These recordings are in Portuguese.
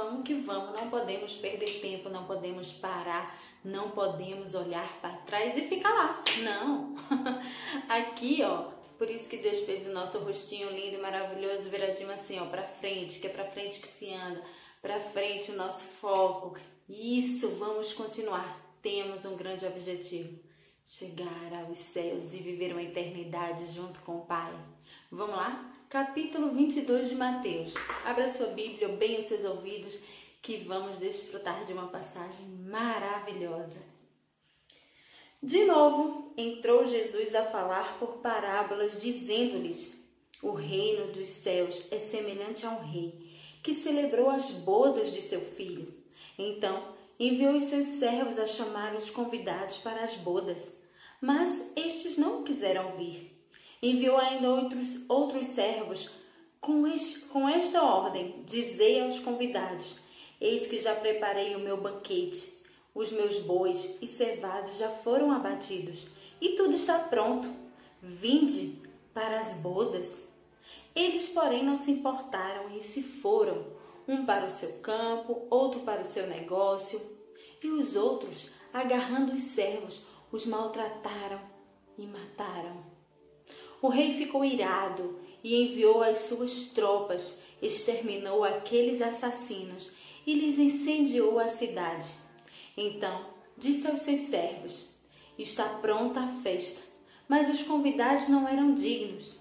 vamos que vamos, não podemos perder tempo, não podemos parar, não podemos olhar para trás e ficar lá. Não. Aqui, ó, por isso que Deus fez o nosso rostinho lindo e maravilhoso, viradinho assim, ó, para frente, que é para frente que se anda, para frente o nosso foco. Isso, vamos continuar. Temos um grande objetivo: chegar aos céus e viver uma eternidade junto com o Pai. Vamos lá? Capítulo 22 de Mateus. Abra sua Bíblia, bem os seus ouvidos, que vamos desfrutar de uma passagem maravilhosa. De novo, entrou Jesus a falar por parábolas, dizendo-lhes: o reino dos céus é semelhante a um rei que celebrou as bodas de seu filho. Então, enviou os seus servos a chamar os convidados para as bodas, mas estes não quiseram vir. Enviou ainda outros servos com esta ordem: dizei aos convidados: eis que já preparei o meu banquete, os meus bois e cevados já foram abatidos, e tudo está pronto. Vinde para as bodas. Eles, porém, não se importaram e se foram, um para o seu campo, outro para o seu negócio. E os outros, agarrando os servos, os maltrataram e mataram. O rei ficou irado e enviou as suas tropas, exterminou aqueles assassinos e lhes incendiou a cidade. Então disse aos seus servos: está pronta a festa, mas os convidados não eram dignos.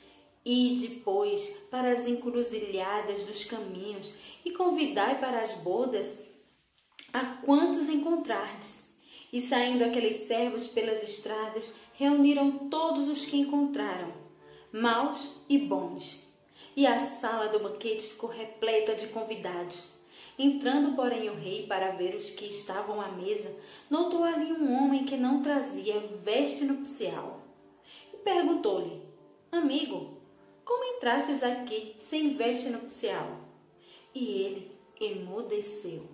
Ide, pois, para as encruzilhadas dos caminhos e convidai para as bodas a quantos encontrardes. E saindo aqueles servos pelas estradas, reuniram todos os que encontraram, maus e bons. E a sala do banquete ficou repleta de convidados. Entrando, porém, o rei para ver os que estavam à mesa, notou ali um homem que não trazia veste nupcial. E perguntou-lhe: amigo, como entrastes aqui sem veste nupcial? E ele emudeceu.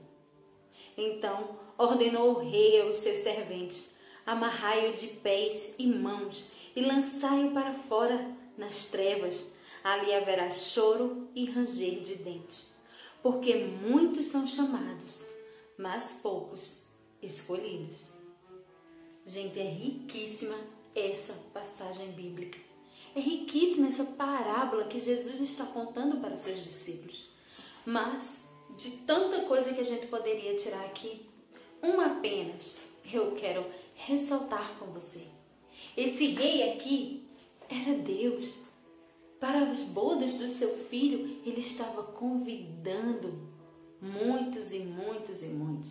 Então ordenou o rei aos seus serventes: amarrai-o de pés e mãos e lançai-o para fora nas trevas. Ali haverá choro e ranger de dentes, porque muitos são chamados, mas poucos escolhidos. Gente, é riquíssima essa passagem bíblica. É riquíssima essa parábola que Jesus está contando para os seus discípulos. Mas, de tanta coisa que a gente poderia tirar aqui, uma apenas eu quero ressaltar com você. Esse rei aqui era Deus. Para as bodas do seu filho, ele estava convidando muitos e muitos e muitos.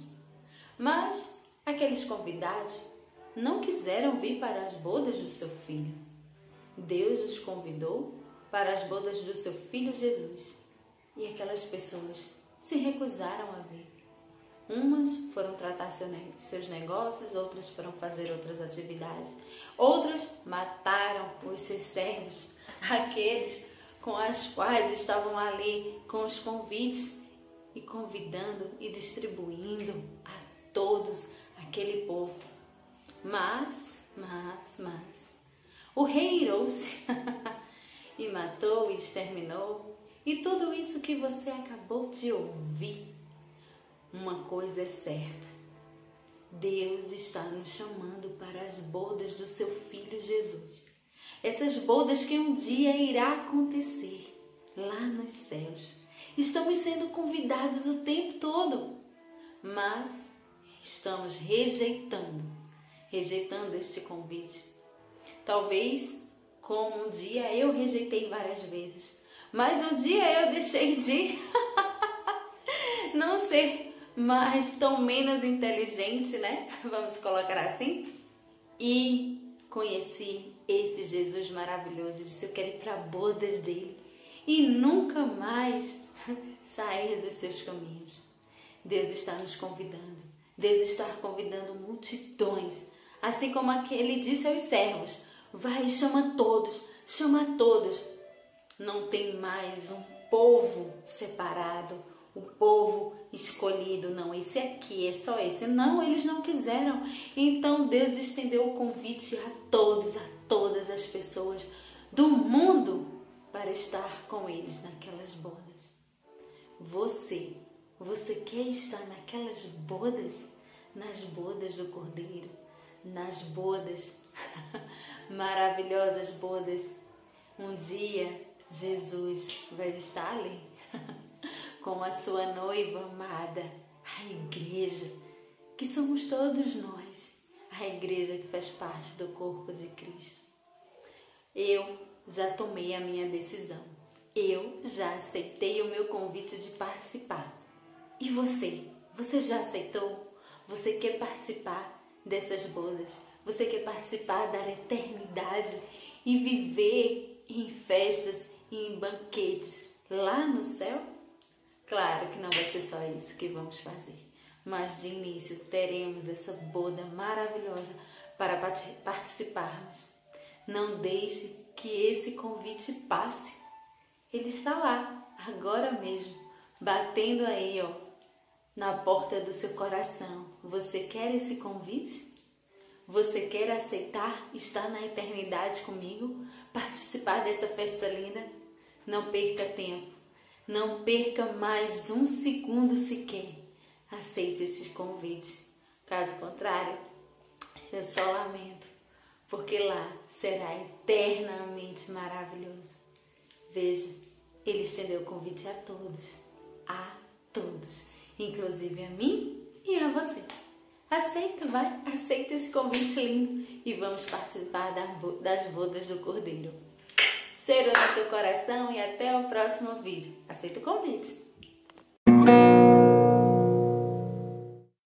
Mas aqueles convidados não quiseram vir para as bodas do seu filho. Deus os convidou para as bodas do seu filho Jesus. E aquelas pessoas se recusaram a vir. Umas foram tratar seus negócios, outras foram fazer outras atividades. Outras mataram os seus servos, aqueles com as quais estavam ali com os convites e convidando e distribuindo a todos aquele povo. Mas, o rei irou-se e matou e exterminou. E tudo isso que você acabou de ouvir, uma coisa é certa: Deus está nos chamando para as bodas do seu Filho Jesus. Essas bodas que um dia irá acontecer lá nos céus. Estamos sendo convidados o tempo todo, mas estamos rejeitando este convite. Talvez, como um dia eu rejeitei várias vezes, mas um dia eu deixei de não ser mais tão menos inteligente, né? Vamos colocar assim. E conheci esse Jesus maravilhoso e disse: eu quero ir para bodas dele e nunca mais sair dos seus caminhos. Deus está nos convidando. Deus está convidando multidões. Assim como ele disse aos servos: vai, chama todos, chama todos. Não tem mais um povo separado, o povo escolhido. Não, esse aqui, é só esse. Não, eles não quiseram. Então Deus estendeu o convite a todos, a todas as pessoas do mundo para estar com eles naquelas bodas. Você Você quer estar naquelas bodas? Nas bodas do Cordeiro, nas bodas, maravilhosas bodas. Um dia Jesus vai estar ali com a sua noiva amada, a igreja, que somos todos nós, a igreja que faz parte do corpo de Cristo. Eu já tomei a minha decisão. Eu já aceitei o meu convite de participar. E você? Você já aceitou? Você quer participar dessas bodas? Você quer participar da eternidade e viver em festas e em banquetes lá no céu? Claro que não vai ser só isso que vamos fazer, mas de início teremos essa boda maravilhosa para participarmos. Não deixe que esse convite passe. Ele está lá, agora mesmo, batendo aí, na porta do seu coração. Você quer esse convite? Você quer aceitar estar na eternidade comigo? Participar dessa festa linda? Não perca tempo. Não perca mais um segundo sequer. Aceite esse convite. Caso contrário, eu só lamento, porque lá será eternamente maravilhoso. Veja, Ele estendeu o convite a todos. A todos. Inclusive a mim e a você. Aceita, vai, aceita esse convite lindo e vamos participar das bodas do Cordeiro. Cheiro no teu coração e até o próximo vídeo. Aceita o convite.